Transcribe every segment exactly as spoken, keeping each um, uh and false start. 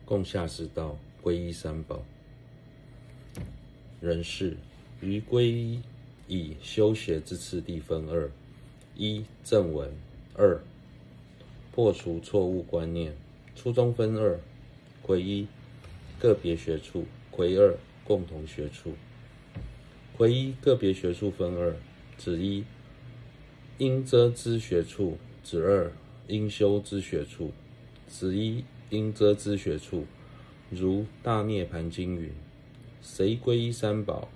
共下士道，皈依三宝。人事于皈依以修学之次第分二：一、正文；二、破除错误观念。初中分二：魁一个别学处，魁二共同学处。魁一个别学处分二：子一应遮之学处，子二应修之学处。子一应遮之学处，如大涅盘经云：谁皈依三宝，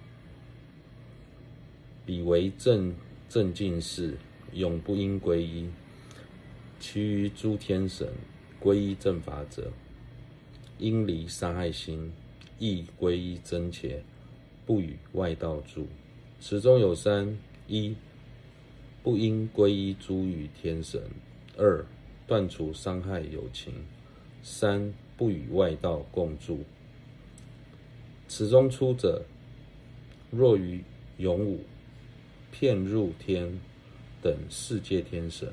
彼为正正进士，永不应皈依。其余诸天神皈依正法者，应离杀害心，亦皈依真切，不与外道住。此中有三：一、不应皈依诸与天神；二、断除伤害有情；三、不与外道共住。此中出者，若于勇武、骗入天等世界天神，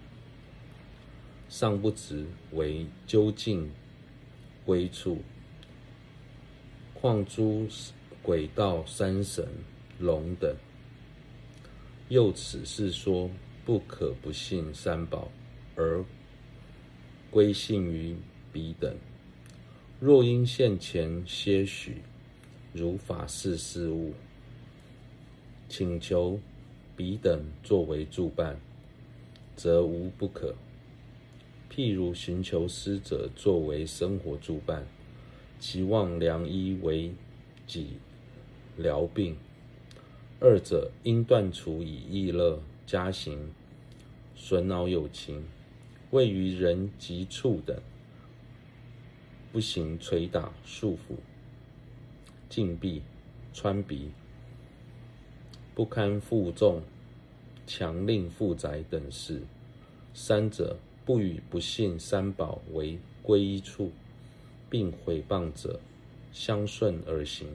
尚不值为究竟归处，况诸鬼道三神、龙等。又此是说，不可不信三宝，而归信于彼等。若因现前些许如法事事务，请求彼等作为助伴，则无不可。譬如寻求师者作为生活助伴，其望良医为己疗病，二者应断除以逸乐加行，损恼有情，位于人及处等，不行捶打、束缚、禁闭、穿鼻，不堪负重、强令负载等事。三者不与不信三宝为皈依处，并毁谤者，相顺而行。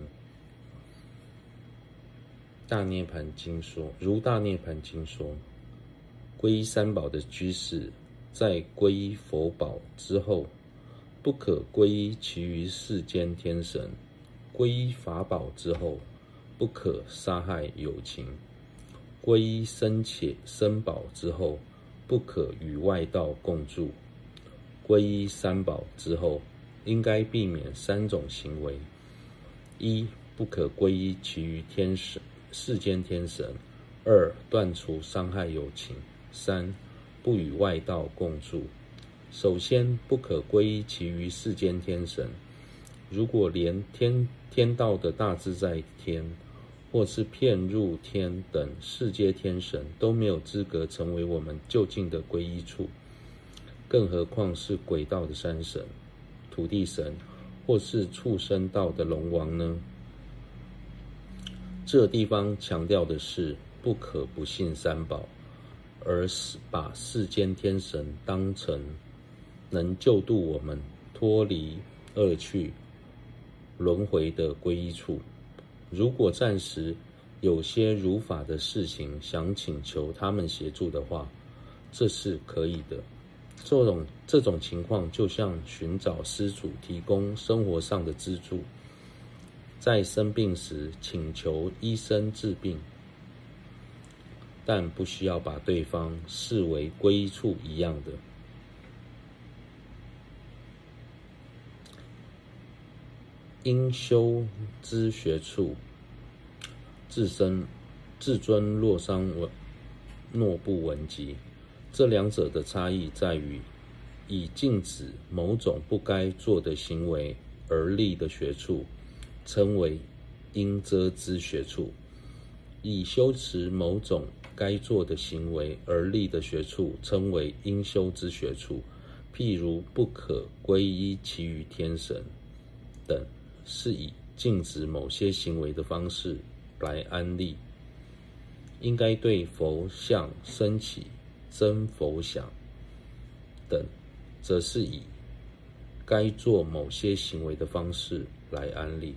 大涅盘经说，如大涅盘经说，皈依三宝的居士，在皈依佛宝之后，不可皈依其余世间天神；皈依法宝之后，不可杀害有情；皈依僧伽僧宝之后，不可与外道共住；皈依三宝之后，应该避免三种行为：一、不可皈依其余天神世间天神；二、断除伤害有情；三、不与外道共住。首先，不可皈依其余世间天神。如果连天天道的大自在天，或是遍入天等世界天神都没有资格成为我们就近的皈依处，更何况是鬼道的山神、土地神，或是畜生道的龙王呢？这地方强调的是不可不信三宝，而是把世间天神当成能救度我们脱离恶趣轮回的皈依处。如果暂时有些如法的事情想请求他们协助的话，这是可以的。这种这种情况就像寻找施主提供生活上的资助，在生病时请求医生治病，但不需要把对方视为皈依处一样的。应修之学处，自身自尊若伤若不闻及。这两者的差异在于，以禁止某种不该做的行为而立的学处，称为应遮之学处；以修持某种该做的行为而立的学处，称为应修之学处。譬如不可皈依其余天神等，是以禁止某些行为的方式来安立。应该对佛像升起真佛想等，则是以该做某些行为的方式来安立。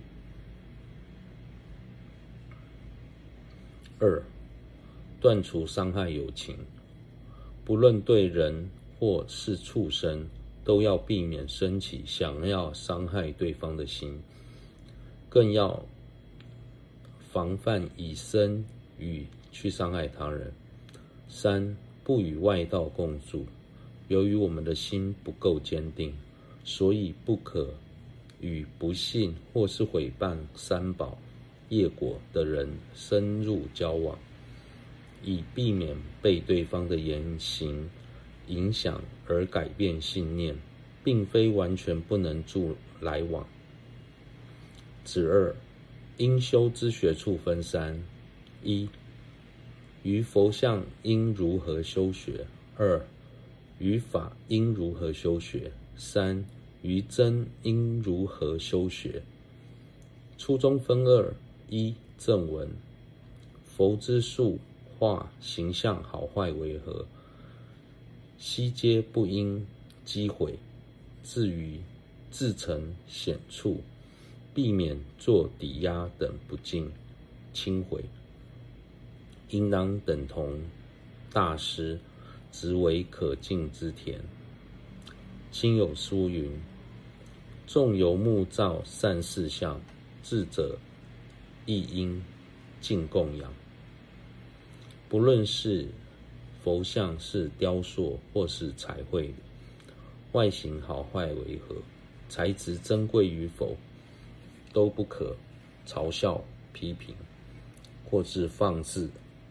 二、断除伤害有情，不论对人或是畜生， 都要避免升起想要伤害对方的心，更要防范以身语去伤害他人。三、不与外道共住。由于我们的心不够坚定，所以不可与不信或是毁谤三宝业果的人深入交往，以避免被对方的言行影响而改变信念，并非完全不能助来往。子二，应修之学处分三：一、于佛像应如何修学；二、于法应如何修学；三、于真应如何修学。初中分二：一、正文，佛之术化形象好坏为何？悉皆不应击毁，至于自成显处，避免作抵押等不敬轻毁，应当等同大师，直为可敬之田。亲友书云：纵由木造善事相，智者亦应敬供养。不论是佛像是雕塑或是彩绘，外形好坏为何，材质珍贵与否，都不可嘲笑批评，或是放置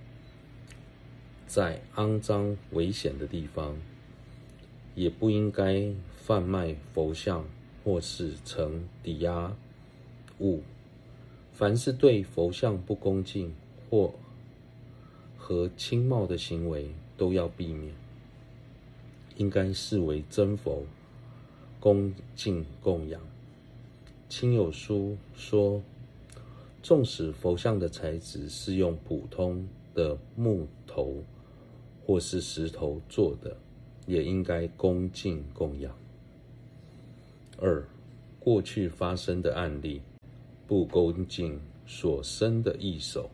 在肮脏危险的地方，也不应该贩卖佛像或是成抵押物。凡是对佛像不恭敬或和轻蔑的行为都要避免，应该视为真佛，恭敬供养。亲友书说，纵使佛像的材质是用普通的木头或是石头做的，也应该恭敬供养。二、过去发生的案例，不恭敬所生的异手。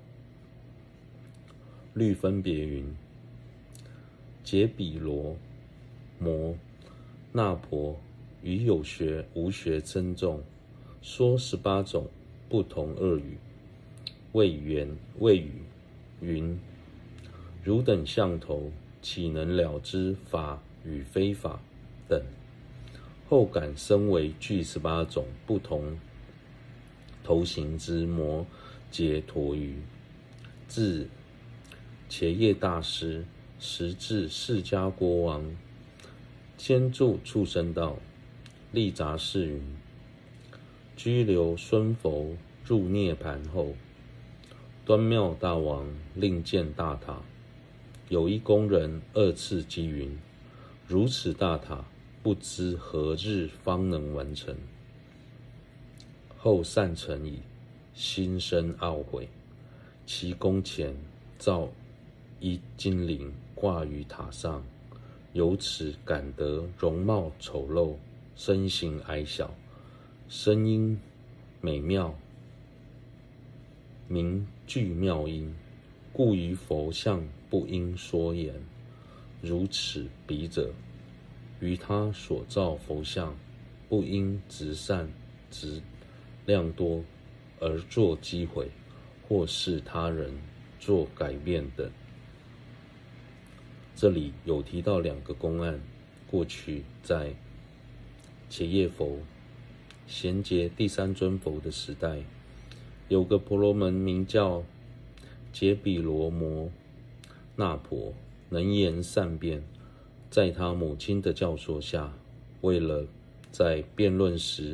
律分别云：解比罗摩那婆与有学无学僧众说十八种不同恶语，谓缘谓语云：汝等相头，岂能了知法与非法等？后感身为具十八种不同头形之摩羯陀鱼，自伽叶大师时至释迦国王，兼住畜生道，立札示云：拘留孙佛入涅盘后，端妙大王令建大塔，有一工人二次击云：如此大塔，不知何日方能完成。后善成矣，心生懊悔，其宫前造一金铃挂于塔上，由此感得容貌丑陋，身形矮小，声音美妙，名具妙音，故于佛像不应说言。如此彼者，于他所造佛像，不应执善执量多而作击毁，或是他人做改变等。这里有提到两个公案，过去在伽叶佛衔接第三尊佛的时代，有个婆罗门名叫解比罗摩那婆，能言善辩，在他母亲的教唆下，为了在辩论时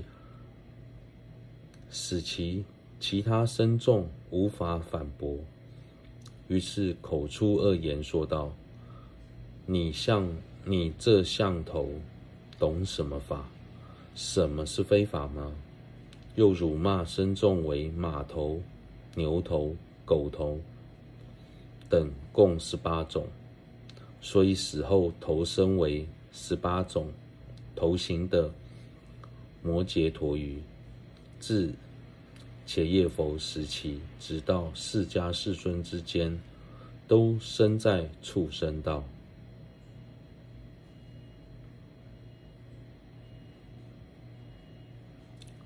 使其其他僧众无法反驳，于是口出恶言，说道：你像你这像头懂什么法？什么是非法吗？又辱骂僧众为马头、牛头、狗头等共十八种，所以死后投生为十八种头形的摩羯陀鱼。自伽叶佛时期直到释迦世尊之间，都生在畜生道。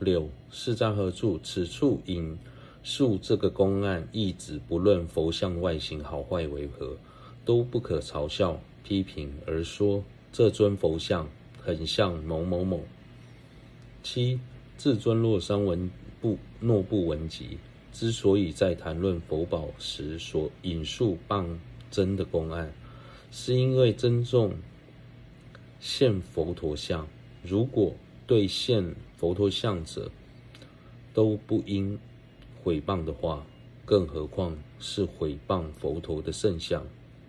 六是在何处？此处引述这个公案，意指不论佛像外形好坏为何，都不可嘲笑批评，而说这尊佛像很像某某某。七至尊洛桑文不诺不闻集之所以在谈论佛宝时所引述谤真的公案，是因为尊重献佛陀像，如果对献佛陀像者都不应毁谤的话，更何况是毁谤佛陀的圣像。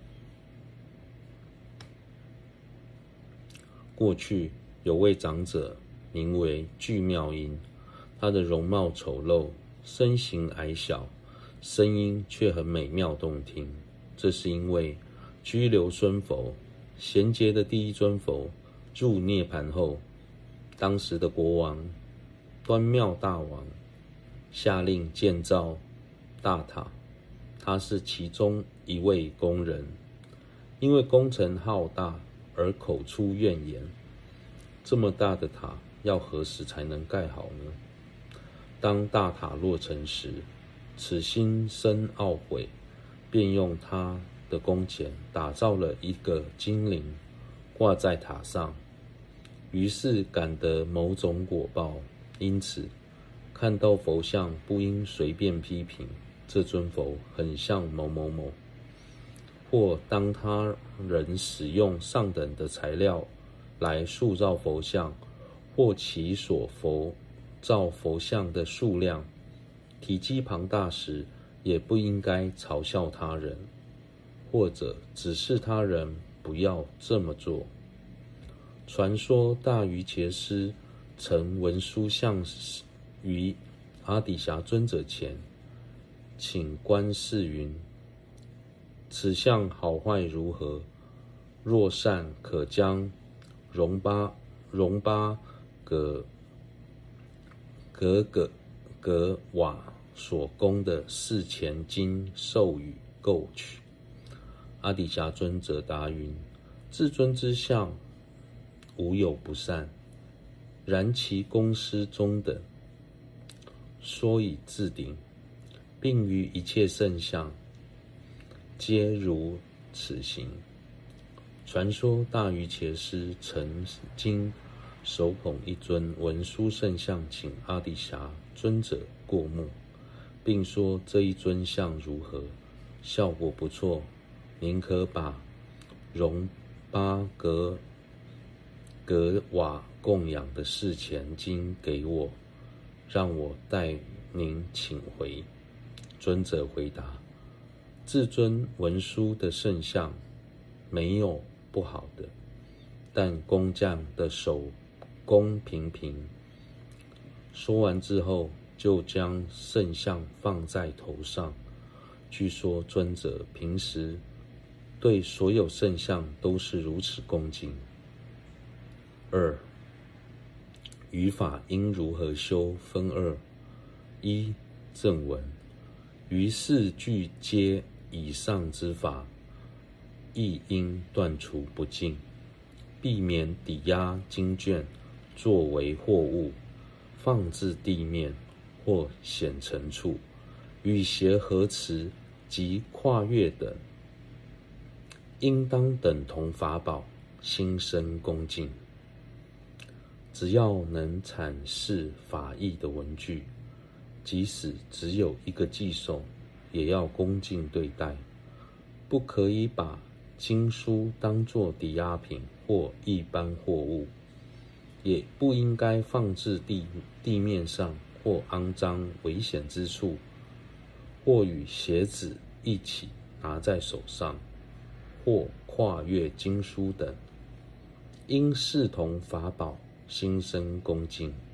过去有位长者名为具妙音，他的容貌丑陋，身形矮小，声音却很美妙动听。这是因为居留孙佛，贤劫的第一尊佛入涅盘后，当时的国王端妙大王下令建造大塔，他是其中一位工人，因为工程浩大而口出怨言，这么大的塔要何时才能盖好呢？当大塔落成时，此心生懊悔，便用他的工钱打造了一个精灵挂在塔上，于是感得某种果报。因此看到佛像不应随便批评这尊佛很像某某某，或当他人使用上等的材料来塑造佛像，或其所佛造佛像的数量体积庞大时，也不应该嘲笑他人，或者指示他人不要这么做。传说大瑜伽师曾文殊像于阿底峡尊者前，请观世云：此像好坏如何？若善，可将荣巴荣巴格格格格瓦所供的四钱金授予购取。阿底峡尊者答云：至尊之相无有不善，然其公施中等，说以自顶，并于一切圣像皆如此行。传说大瑜伽师曾经手捧一尊文殊圣像，请阿底峡尊者过目，并说这一尊像如何，效果不错，您可把荣巴格格瓦供养的事钱金给我，让我代您请回。尊者回答：至尊文殊的圣像没有不好的，但工匠的手工平平。说完之后，就将圣像放在头上。据说尊者平时对所有圣像都是如此恭敬。二、语法应如何修？分二：一、正文。于四句皆以上之法，亦应断除不净，避免抵押经卷作为货物，放置地面或显尘处，与谐合持及跨越等，应当等同法宝，心生恭敬。只要能阐释法义的文句，即使只有一个寄送，也要恭敬对待，不可以把经书当作抵押品或一般货物，也不应该放置地地面上或肮脏危险之处，或与鞋子一起拿在手上，或跨越经书等，应视同法宝，心生恭敬。